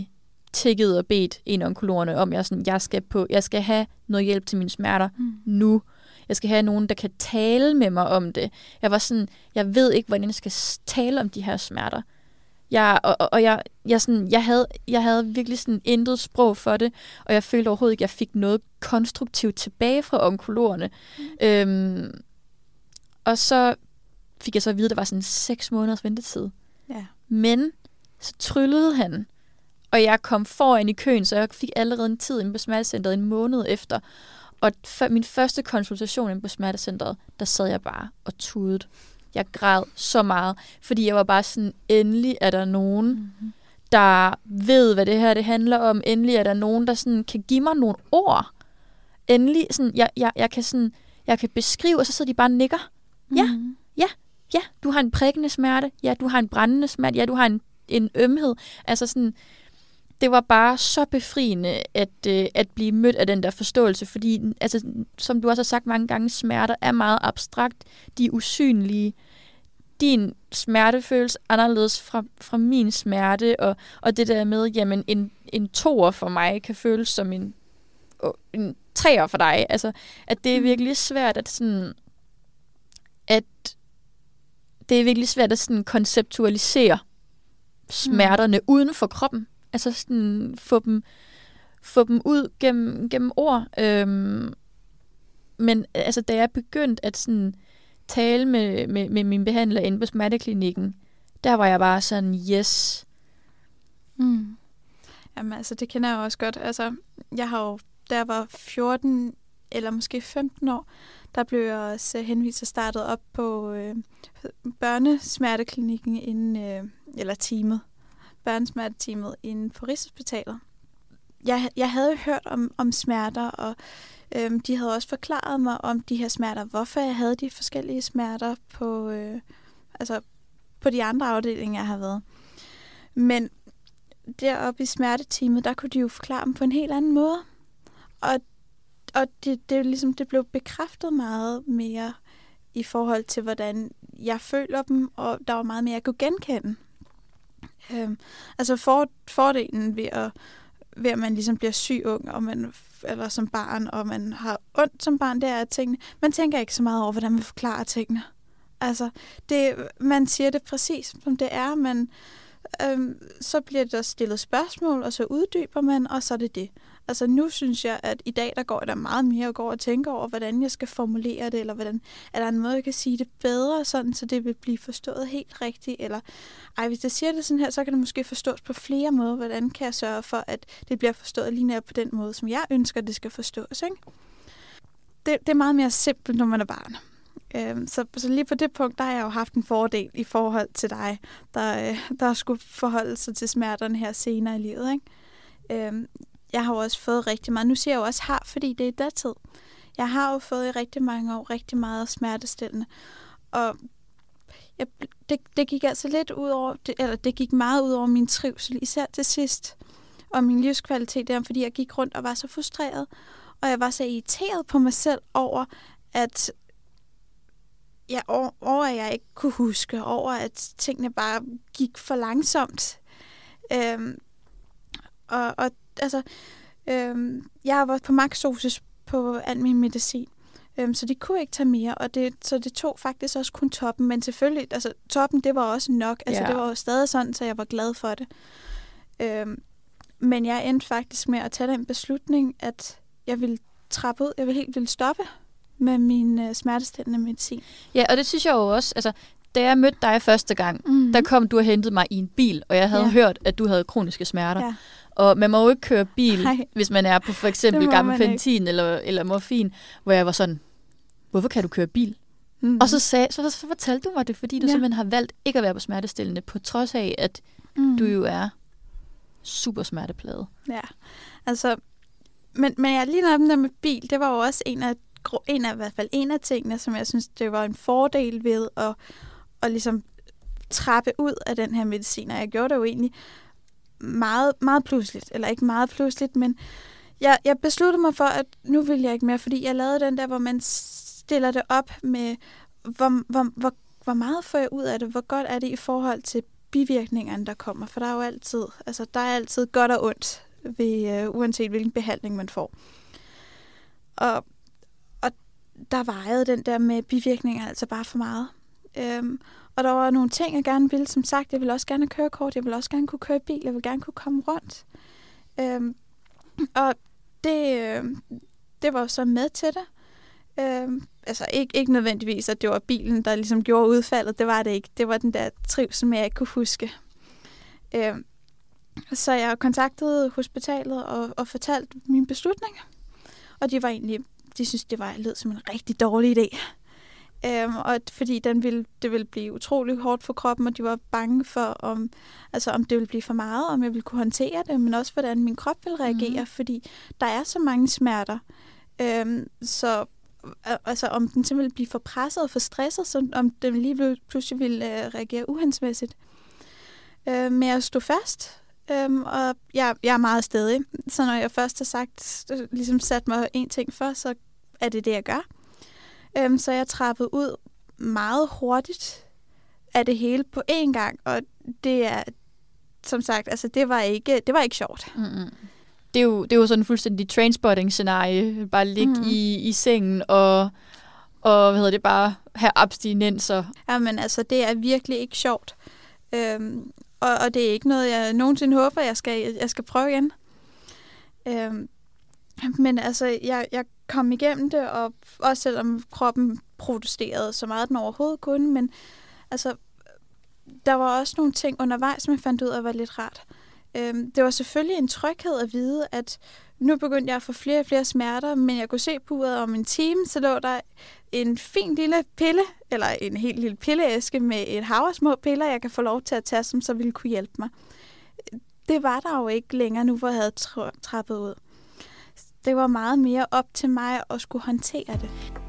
tækket og bedt en af onkologerne om, jeg, sådan, jeg, skal på, jeg skal have noget hjælp til mine smerter Mm. nu. Jeg skal have nogen, der kan tale med mig om det. Jeg var sådan, jeg ved ikke, hvordan jeg skal tale om de her smerter. Jeg, og, og, og jeg, jeg, sådan, jeg, havde, jeg havde virkelig sådan intet sprog for det, og jeg følte overhovedet ikke, at jeg fik noget konstruktivt tilbage fra onkologerne. Mm. Øhm, og så fik jeg så at vide, at der var sådan seks måneders ventetid. Ja. Men så tryllede han, og jeg kom foran i køen, så jeg fik allerede en tid inde på smertecenteret en måned efter. Og for min første konsultation inde på smertecenteret, der sad jeg bare og tudede. Jeg græd så meget, fordi jeg var bare sådan, endelig er der nogen, mm-hmm. der ved, hvad det her det handler om. Endelig er der nogen, der sådan kan give mig nogle ord. Endelig, sådan, jeg, jeg, jeg, kan sådan, jeg kan beskrive, og så sidder de bare og nikker. Mm-hmm. Ja, ja, ja, du har en prikkende smerte. Ja, du har en brændende smerte. Ja, du har en, en ømhed. Altså sådan, det var bare så befriende at, øh, at blive mødt af den der forståelse, fordi, altså, som du også har sagt mange gange, smerter er meget abstrakt. De er usynlige. Din smerte føles anderledes fra, fra min smerte, og, og det der med, jamen, en, en toer for mig kan føles som en, en treer for dig. Altså, at det er virkelig svært at sådan, at det er virkelig svært at sådan konceptualisere smerterne mm. uden for kroppen. Altså sådan få dem, få dem ud gennem, gennem ord. Øhm, men altså, da jeg begyndte at sådan tale med, med, med min behandler inde på smerteklinikken, der var jeg bare sådan, yes. Mm. Jamen altså, det kender jeg også godt. Altså, jeg har jo, da jeg var fjorten eller måske femten år, der blev jeg også henvist og startet op på øh, børnesmerteklinikken inden, øh, eller teamet. børnesmerteteamet inde på Rigshospitalet. Jeg, jeg havde jo hørt om, om smerter, og øhm, de havde også forklaret mig om de her smerter, hvorfor jeg havde de forskellige smerter på, øh, altså på de andre afdelinger, jeg har været. Men deroppe i smerteteamet, der kunne de jo forklare dem på en helt anden måde. Og, og det, det, ligesom, det blev bekræftet meget mere i forhold til, hvordan jeg føler dem, og der var meget mere, jeg kunne genkende. Øhm, altså for, fordelen ved at, ved at man ligesom bliver syg ung, og man, eller som barn, og man har ondt som barn, det er at tingene, man tænker ikke så meget over, hvordan man forklarer tingene. Altså, det, man siger det præcis, som det er, men øhm, så bliver der stillet spørgsmål, og så uddyber man, og så er det det. Altså nu synes jeg, at i dag, der går der meget mere og går og tænker over, hvordan jeg skal formulere det, eller hvordan, er der en måde, jeg kan sige det bedre, sådan, så det vil blive forstået helt rigtigt, eller ej, hvis jeg siger det sådan her, så kan det måske forstås på flere måder, hvordan kan jeg sørge for, at det bliver forstået lige nær på den måde, som jeg ønsker, det skal forstås, ikke? Det, det er meget mere simpelt, når man er barn. Øhm, så, så lige på det punkt, der har jeg jo haft en fordel i forhold til dig, der, øh, der skulle forholde sig til smerterne her senere i livet, ikke? Øhm, Jeg har jo også fået rigtig meget. Nu siger jeg jo også har, fordi det er datid. Jeg har jo fået i rigtig mange år rigtig meget smertestillende. Og jeg, det, det gik altså lidt ud over, det, eller det gik meget ud over min trivsel, især til sidst. Og min livskvalitet der, fordi jeg gik rundt og var så frustreret. Og jeg var så irriteret på mig selv over, at jeg, over, over at jeg ikke kunne huske, over at tingene bare gik for langsomt. Øhm, og, og altså, øhm, jeg har været på maksdosis på al min medicin, øhm, så de kunne ikke tage mere, og det, så det tog faktisk også kun toppen, men selvfølgelig, altså toppen, det var også nok, altså Ja. det var jo stadig sådan, så jeg var glad for det. Øhm, men jeg endte faktisk med at tage den beslutning, at jeg ville trappe ud, jeg ville helt ville stoppe med min øh, smertestillende medicin. Ja, og det synes jeg jo også, altså, da jeg mødte dig første gang, Mm-hmm. der kom du og hentede mig i en bil, og jeg havde Ja. hørt, at du havde kroniske smerter. Ja. Og man må jo ikke køre bil, Nej. hvis man er på for eksempel Det må man gabapentin eller, eller morfin, hvor jeg var sådan, hvorfor kan du køre bil? Mm-hmm. Og så, sagde, så, så fortalte du mig det, fordi du Ja. simpelthen har valgt ikke at være på smertestillende, på trods af, at mm. du jo er super smerteplaget. Ja, altså, men, men jeg lige den der med bil, det var jo også en af, en af, i hvert fald en af tingene, som jeg synes, det var en fordel ved at, at ligesom trappe ud af den her medicin, og jeg gjorde det jo egentlig meget, meget pludseligt, eller ikke meget pludseligt, men jeg, jeg besluttede mig for, at nu vil jeg ikke mere, fordi jeg lavede den der, hvor man stiller det op med, hvor, hvor, hvor, hvor meget får jeg ud af det, hvor godt er det i forhold til bivirkningerne, der kommer. For der er jo altid, altså, der er altid godt og ondt, ved, uh, uanset hvilken behandling man får. Og, og der vejede den der med bivirkninger altså bare for meget. Øhm, og der var nogle ting, jeg gerne ville. Som sagt, jeg ville også gerne køre kort, jeg ville også gerne kunne køre bil, jeg ville gerne kunne komme rundt. Øhm, og det, øh, det var så med til det. Øhm, altså ikke, ikke nødvendigvis, at det var bilen, der ligesom gjorde udfaldet. Det var det ikke. Det var den der trivsel, som jeg ikke kunne huske. Øhm, så jeg kontaktede hospitalet og, og fortalte mine beslutninger. Og de var egentlig, de synes det var lød som en rigtig dårlig idé. Øhm, og fordi den ville, det ville blive utrolig hårdt for kroppen, og de var bange for, om, altså, om det ville blive for meget, om jeg ville kunne håndtere det, men også hvordan min krop ville reagere, mm. fordi der er så mange smerter. Øhm, så altså, om den simpelthen ville blive for presset og for stresset, så om den lige pludselig ville øh, reagere uhensigtsmæssigt. Øh, men jeg stod fast, øh, og jeg, jeg er meget stædig. Så når jeg først har sagt, ligesom sat mig en ting for, så er det det, jeg gør. Øh, så jeg trappede ud meget hurtigt af det hele på én gang, og det er, som sagt, altså det var ikke, det var ikke sjovt. Mm-hmm. Det er, jo, det er jo sådan en fuldstændig trainspotting-scenarie. Bare ligge mm. i, i sengen og, og hvad hedder det, bare have abstinenser. Jamen altså, det er virkelig ikke sjovt. Øhm, og, og det er ikke noget, jeg nogensinde håber, jeg skal, jeg skal prøve igen. Øhm, men altså, jeg, jeg kom igennem det, og også selvom kroppen protesterede så meget, den overhovedet kunne. Men altså, der var også nogle ting undervejs, som jeg fandt ud af, var lidt rart. Øhm, det var selvfølgelig en tryghed at vide, at nu begyndte jeg at få flere og flere smerter, men jeg kunne se på uret om en time, så lå der en fin lille pille, eller en helt lille pilleæske med et hav af små piller, jeg kan få lov til at tage, som så ville kunne hjælpe mig. Det var der jo ikke længere nu, hvor jeg havde tra- trappet ud. Det var meget mere op til mig at skulle håndtere det.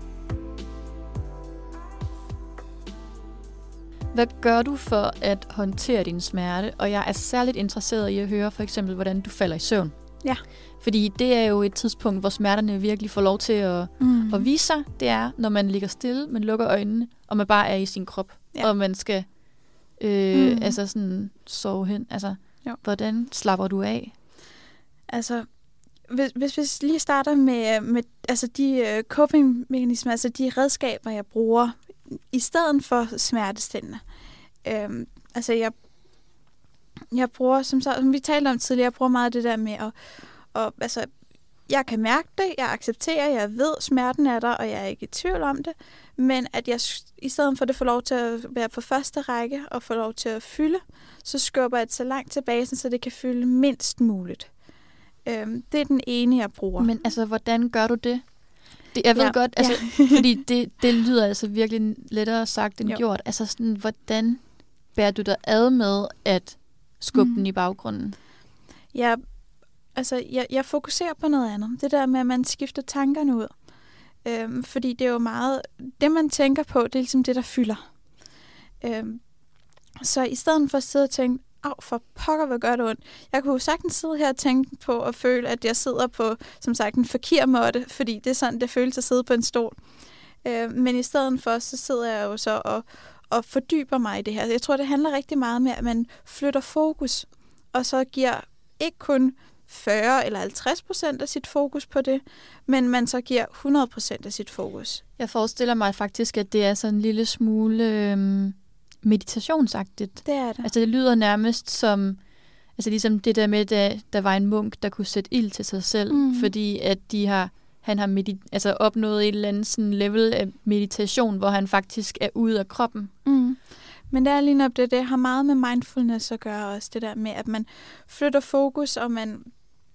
Hvad gør du for at håndtere din smerte? Og jeg er særligt interesseret i at høre for eksempel, hvordan du falder i søvn. Ja. Fordi det er jo et tidspunkt, hvor smerterne virkelig får lov til at, mm. at vise sig. Det er, når man ligger stille, man lukker øjnene, og man bare er i sin krop. Ja. Og man skal øh, mm. altså sådan sove hen. Altså, jo. Hvordan slapper du af? Altså, hvis, hvis vi lige starter med, med altså de uh, coping-mekanismer, altså de redskaber, jeg bruger, i stedet for smertestillende. Øhm, altså, jeg, jeg bruger, som, så, som vi talte om tidligere, jeg bruger meget det der med at, og, altså, jeg kan mærke det, jeg accepterer, jeg ved, smerten er der, og jeg er ikke i tvivl om det, men at jeg i stedet for det får lov til at være på første række, og få lov til at fylde, så skubber jeg det så langt tilbage, så det kan fylde mindst muligt. Øhm, det er den ene, jeg bruger. Men altså, hvordan gør du det? Det, jeg ved ja, godt, altså, ja. fordi det, det lyder altså virkelig lettere sagt end jo. gjort. Altså sådan, hvordan bærer du dig ad med at skubbe mm. den i baggrunden? Ja, altså jeg, jeg fokuserer på noget andet. Det der med, at man skifter tankerne ud. Øhm, fordi det er jo meget, det man tænker på, det er ligesom det, der fylder. Øhm, så i stedet for at sidde og tænke, Au, for pokker, hvad gør det ondt. Jeg kunne jo sagtens sidde her og tænke på og føle, at jeg sidder på, som sagt, en fakirmåtte, fordi det er sådan, det føles at sidde på en stol. Øh, men i stedet for, så sidder jeg jo så og, og fordyber mig i det her. Jeg tror, det handler rigtig meget om, at man flytter fokus, og så giver ikke kun fyrre eller halvtreds procent af sit fokus på det, men man så giver hundrede procent af sit fokus. Jeg forestiller mig faktisk, at det er sådan en lille smule øhm, meditationsagtigt. Det er det. Altså det lyder nærmest som, altså ligesom det der med, at der var en munk, der kunne sætte ild til sig selv, mm. fordi at de har, han har medit- altså opnået et eller andet sådan level af meditation, hvor han faktisk er ude af kroppen. Mm. Men det er lige nok det, det har meget med mindfulness at gøre også, det der med, at man flytter fokus, og man,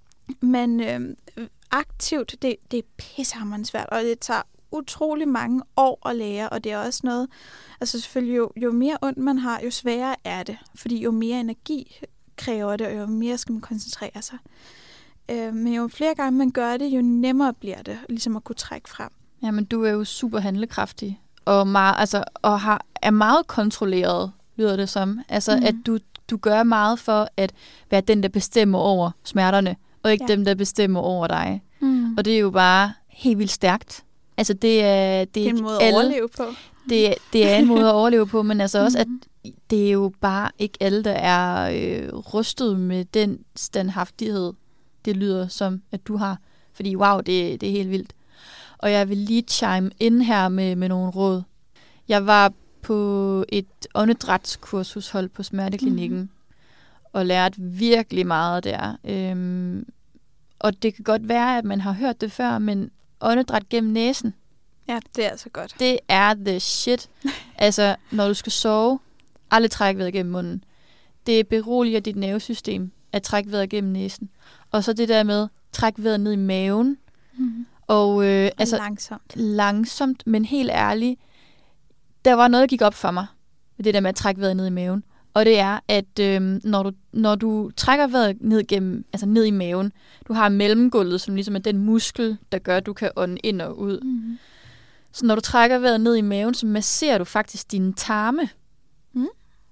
man øh, aktivt, det, det er pissehammerende svært, og det tager utrolig mange år at lære, og det er også noget, altså selvfølgelig jo, jo mere ondt man har, jo sværere er det, fordi jo mere energi kræver det, og jo mere skal man koncentrere sig. Øh, men jo flere gange man gør det, jo nemmere bliver det, ligesom at kunne trække frem. Jamen, du er jo super handlekraftig, og, meget, altså, og har, er meget kontrolleret, lyder det som. Altså, mm. at du, du gør meget for at være den, der bestemmer over smerterne, og ikke ja. dem, der bestemmer over dig. Mm. Og det er jo bare helt vildt stærkt. Altså, det er... Det Det er en måde alle, at overleve på. Det, det er en måde at overleve på, men altså også, Mhm. at det er jo bare ikke alle, der er øh, rustet med den standhaftighed, det lyder som, at du har. Fordi wow, det, det er helt vildt. Og jeg vil lige chime ind her med, med nogle råd. Jeg var på et åndedrætskursus holdt på Smerteklinikken, mm. og lærte virkelig meget der. Øhm, og det kan godt være, at man har hørt det før, men åndedræt gennem næsen, Ja, det er altså godt. det er the shit. Altså, når du skal sove, aldrig træk vejret gennem munden. Det beroliger dit nervesystem at trække vejret gennem næsen. Og så det der med, træk vejret ned i maven. Mm. Og øh, altså, Langsomt. langsomt, men helt ærligt, der var noget, der gik op for mig, med det der med at trække vejret ned i maven. Og det er, at øh, når, du, når du trækker vejret ned, gennem, altså ned i maven, du har mellemgulvet, som ligesom er den muskel, der gør, at du kan ånde ind og ud. Mm. Så når du trækker vejret ned i maven, så masserer du faktisk dine tarme. Mm.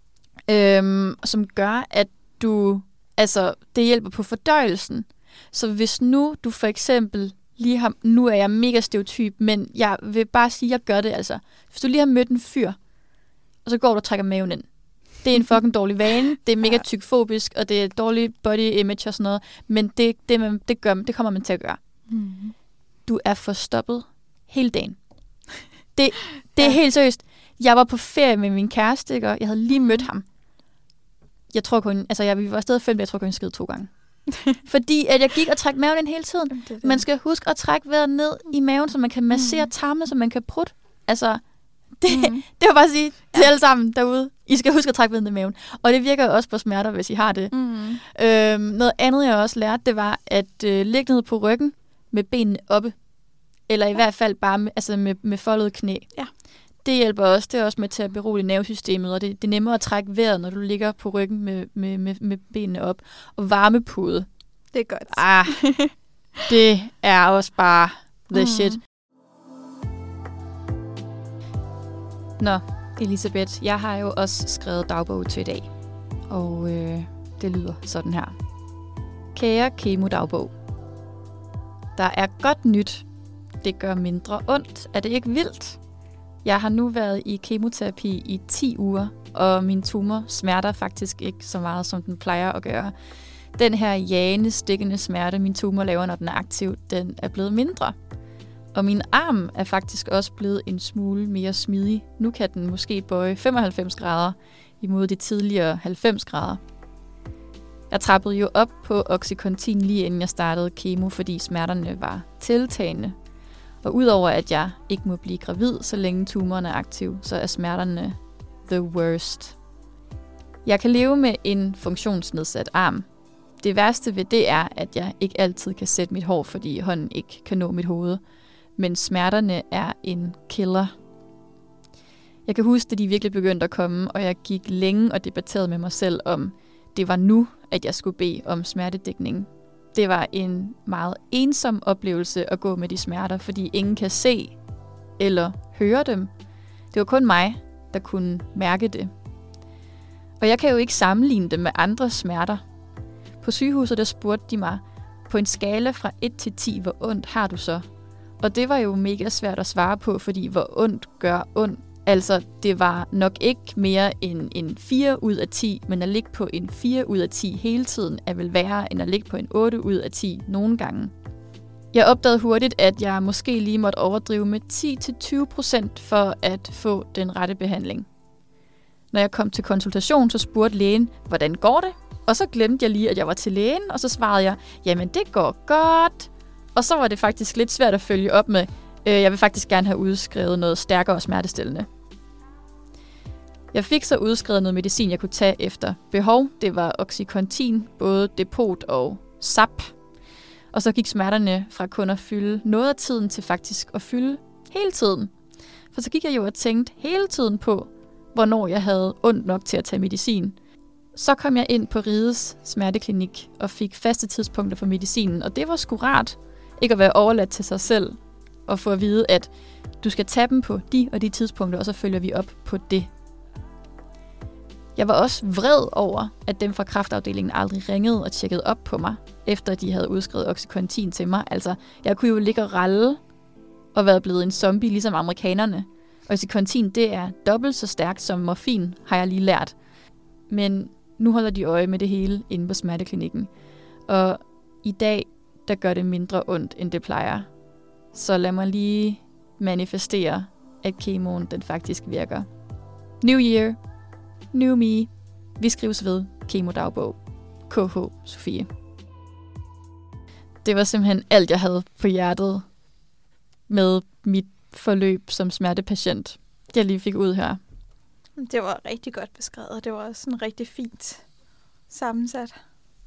Øhm, som gør, at du, altså, det hjælper på fordøjelsen. Så hvis nu du for eksempel lige har, nu er jeg mega stereotyp, men jeg vil bare sige, at jeg gør det altså. Hvis du lige har mødt en fyr, og så går du og trækker maven ind. Det er en fucking dårlig vane, det er mega tykfobisk, og det er dårlig body image og sådan noget, men det, det, man, det, gør, det kommer man til at gøre. Mm. Du er forstoppet hele dagen. Det, det er ja. helt seriøst. Jeg var på ferie med min kæreste, og jeg havde lige mødt ham. Jeg tror kun, altså jeg, vi var afsted fem, jeg tror kun, jeg skede to gange. Fordi at jeg gik og trak maven ind hele tiden. Det det. Man skal huske at trække vejret ned i maven, så man kan massere tarmene, så man kan prutte. Altså, det, mm. det var bare at sige til ja. alle sammen derude. I skal huske at trække vejret ned i maven. Og det virker jo også på smerter, hvis I har det. Mm. Øhm, noget andet, jeg også lærte, det var at øh, ligge ned på ryggen med benene oppe. Eller i ja. hvert fald bare med, altså med, med foldet knæ. Ja. Det hjælper også. Det er også med til at berolige nervesystemet, og det, det er nemmere at trække vejret, når du ligger på ryggen med, med, med, med benene op. Og varmepude. Det er godt. Ah, det er også bare the Mm. shit. Nå, Elisabeth, jeg har jo også skrevet dagbog til i dag. Og øh, det lyder sådan her. Kære kemodagbog. Der er godt nyt. Det gør mindre ondt. Er det ikke vildt? Jeg har nu været i kemoterapi i ti uger, og min tumor smerter faktisk ikke så meget, som den plejer at gøre. Den her jagende, stikkende smerte, min tumor laver, når den er aktiv, den er blevet mindre. Og min arm er faktisk også blevet en smule mere smidig. Nu kan den måske bøje femoghalvfems grader imod de tidligere halvfems grader. Jeg trappede jo op på Oxycontin lige inden jeg startede kemo, fordi smerterne var tiltagende. Og udover at jeg ikke må blive gravid, så længe tumoren er aktiv, så er smerterne the worst. Jeg kan leve med en funktionsnedsat arm. Det værste ved det er, at jeg ikke altid kan sætte mit hår, fordi hånden ikke kan nå mit hoved. Men smerterne er en killer. Jeg kan huske, at de virkelig begyndte at komme, og jeg gik længe og debatterede med mig selv om, det var nu, at jeg skulle bede om smertedækning. Det var en meget ensom oplevelse at gå med de smerter, fordi ingen kan se eller høre dem. Det var kun mig, der kunne mærke det. Og jeg kan jo ikke sammenligne det med andre smerter. På sygehuset der spurgte de mig, på en skala fra et til ti, hvor ondt har du så? Og det var jo mega svært at svare på, fordi hvor ondt gør ondt. Altså, det var nok ikke mere end en fire ud af ti, men at ligge på en fire ud af ti hele tiden er vel værre, end at ligge på en otte ud af ti nogle gange. Jeg opdagede hurtigt, at jeg måske lige måtte overdrive med ti til tyve procent for at få den rette behandling. Når jeg kom til konsultation, så spurgte lægen, hvordan går det? Og så glemte jeg lige, at jeg var til lægen, og så svarede jeg, jamen det går godt. Og så var det faktisk lidt svært at følge op med, øh, jeg vil faktisk gerne have udskrevet noget stærkere smertestillende. Jeg fik så udskrevet noget medicin, jeg kunne tage efter behov. Det var Oxycontin, både depot og S A P. Og så gik smerterne fra kun at fylde noget af tiden til faktisk at fylde hele tiden. For så gik jeg jo og tænkte hele tiden på, hvornår jeg havde ondt nok til at tage medicin. Så kom jeg ind på Rides smerteklinik og fik faste tidspunkter for medicinen, og det var sgu rart ikke at være overladt til sig selv og få at vide, at du skal tage dem på de og de tidspunkter, og så følger vi op på det. Jeg var også vred over, at dem fra kræftafdelingen aldrig ringede og tjekkede op på mig, efter de havde udskrevet Oxycontin til mig. Altså, jeg kunne jo ligge og ralle og været blevet en zombie, ligesom amerikanerne. Oxycontin, det er dobbelt så stærkt som morfin, har jeg lige lært. Men nu holder de øje med det hele inde på smerteklinikken. Og i dag, der gør det mindre ondt, end det plejer. Så lad mig lige manifestere, at kemoen den faktisk virker. New year, new me. Vi skrives ved kemodagbog. K H Sofie. Det var simpelthen alt, jeg havde på hjertet med mit forløb som smertepatient, jeg lige fik ud her. Det var rigtig godt beskrevet. Det var også sådan rigtig fint sammensat.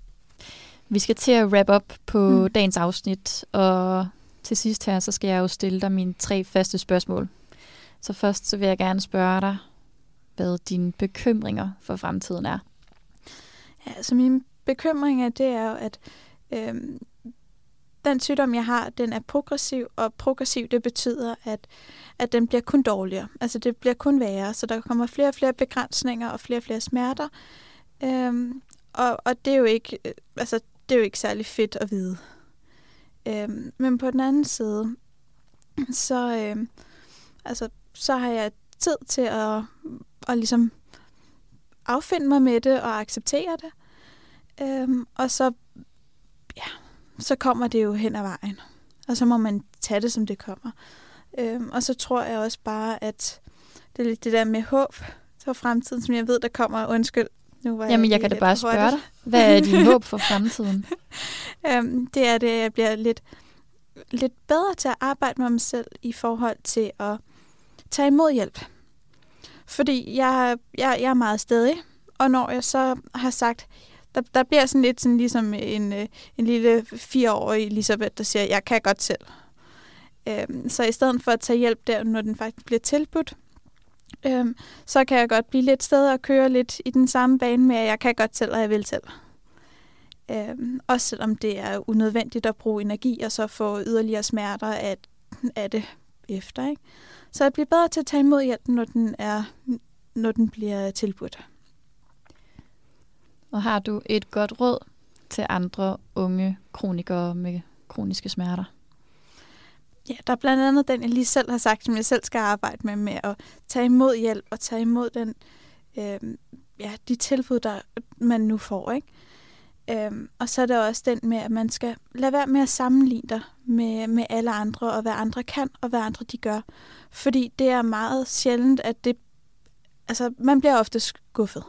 Vi skal til at wrap up på Mm. dagens afsnit, og til sidst her, så skal jeg jo stille dig mine tre faste spørgsmål. Så først så vil jeg gerne spørge dig, hvad dine bekymringer for fremtiden er. Ja, altså mine bekymringer, det er jo, at øhm, den sygdom, jeg har, den er progressiv, og progressiv, det betyder, at, at den bliver kun dårligere. Altså det bliver kun værre, så der kommer flere og flere begrænsninger og flere og flere smerter. Øhm, og, og det er jo ikke, øh, altså det er jo ikke særlig fedt at vide. Øhm, men på den anden side, så, øhm, altså, så har jeg tid til at, at ligesom affinde mig med det og acceptere det. Øhm, og så, ja, så kommer det jo hen ad vejen. Og så må man tage det, som det kommer. Øhm, og så tror jeg også bare, at det er lidt det der med håb for fremtiden, som jeg ved, der kommer. Undskyld. Nu var Jamen, jeg, jeg kan da bare spørge dig. Hvad er din håb for fremtiden? øhm, det er det, at jeg bliver lidt, lidt bedre til at arbejde med mig selv i forhold til at tage imod hjælp. Fordi jeg, jeg, jeg er meget stædig, og når jeg så har sagt, der, der bliver sådan lidt sådan ligesom en, en lille fireårig Elisabeth, der siger, jeg kan godt selv. Øhm, så i stedet for at tage hjælp der, når den faktisk bliver tilbudt, øhm, så kan jeg godt blive lidt stedig og køre lidt i den samme bane med, at jeg kan godt selv, og jeg vil selv. Øhm, også selvom det er unødvendigt at bruge energi, og så få yderligere smerter af, af det efter, ikke? Så jeg bliver bedre til at tage imod hjælpen, når den, er, når den bliver tilbudt. Og har du et godt råd til andre unge kronikere med kroniske smerter? Ja, der er blandt andet den, jeg lige selv har sagt, som jeg selv skal arbejde med, med at tage imod hjælp og tage imod den, øh, ja, de tilbud, der man nu får, ikke? Øhm, og så er der også den med, at man skal lade være med at sammenligne dig med, med alle andre, og hvad andre kan, og hvad andre de gør. Fordi det er meget sjældent, at det, altså man bliver ofte skuffet.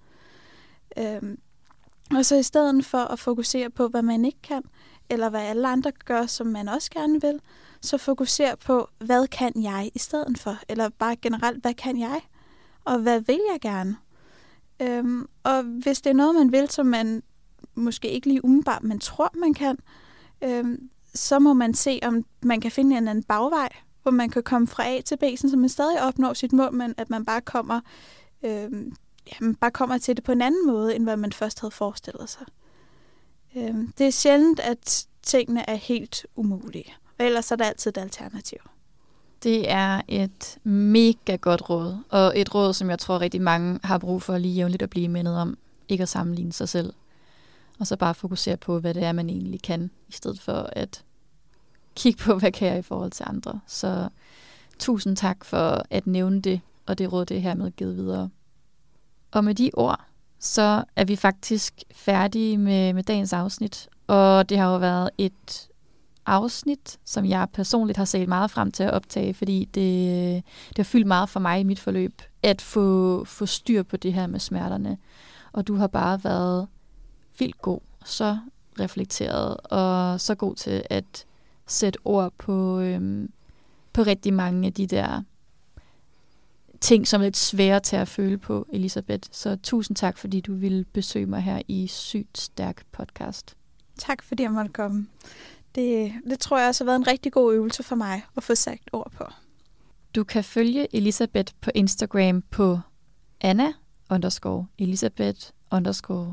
Øhm, og så i stedet for at fokusere på, hvad man ikke kan, eller hvad alle andre gør, som man også gerne vil, så fokusere på, hvad kan jeg i stedet for? Eller bare generelt, hvad kan jeg? Og hvad vil jeg gerne? Øhm, og hvis det er noget, man vil, som man måske ikke lige umiddelbart, man tror, man kan, øhm, så må man se, om man kan finde en anden bagvej, hvor man kan komme fra A til B, så man stadig opnår sit mål, men at man bare kommer, øhm, ja, man bare kommer til det på en anden måde, end hvad man først havde forestillet sig. Øhm, det er sjældent, at tingene er helt umulige, og ellers er der altid et alternativ. Det er et mega godt råd, og et råd, som jeg tror rigtig mange har brug for lige jævnligt at blive mindet om, ikke at sammenligne sig selv. Og så bare fokusere på, hvad det er, man egentlig kan, i stedet for at kigge på, hvad kan jeg i forhold til andre. Så tusind tak for at nævne det, og det råd, det er hermed givet videre. Og med de ord, så er vi faktisk færdige med, med dagens afsnit. Og det har jo været et afsnit, som jeg personligt har set meget frem til at optage, fordi det, det har fyldt meget for mig i mit forløb, at få, få styr på det her med smerterne. Og du har bare været vildt god, så reflekteret og så god til at sætte ord på, øhm, på rigtig mange af de der ting, som er lidt svære til at føle på, Elisabeth. Så tusind tak, fordi du ville besøge mig her i Sygt Stærk podcast. Tak fordi jeg måtte komme. Det, det tror jeg også har været en rigtig god øvelse for mig at få sagt ord på. Du kan følge Elisabeth på Instagram på Anna underscore Elisabeth underscore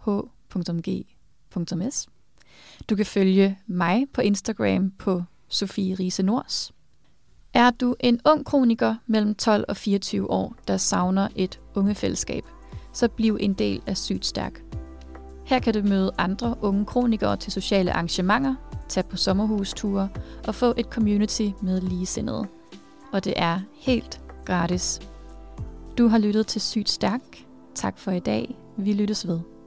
h.g.s. Du kan følge mig på Instagram på Sofie Riise Nors. Er du en ung kroniker mellem tolv og fireogtyve år, der savner et ungefællesskab, så bliv en del af Sygt Stærk. Her kan du møde andre unge kronikere til sociale arrangementer, tage på sommerhusture og få et community med ligesindede. Og det er helt gratis. Du har lyttet til Sygt Stærk. Tak for i dag. Vi lyttes ved.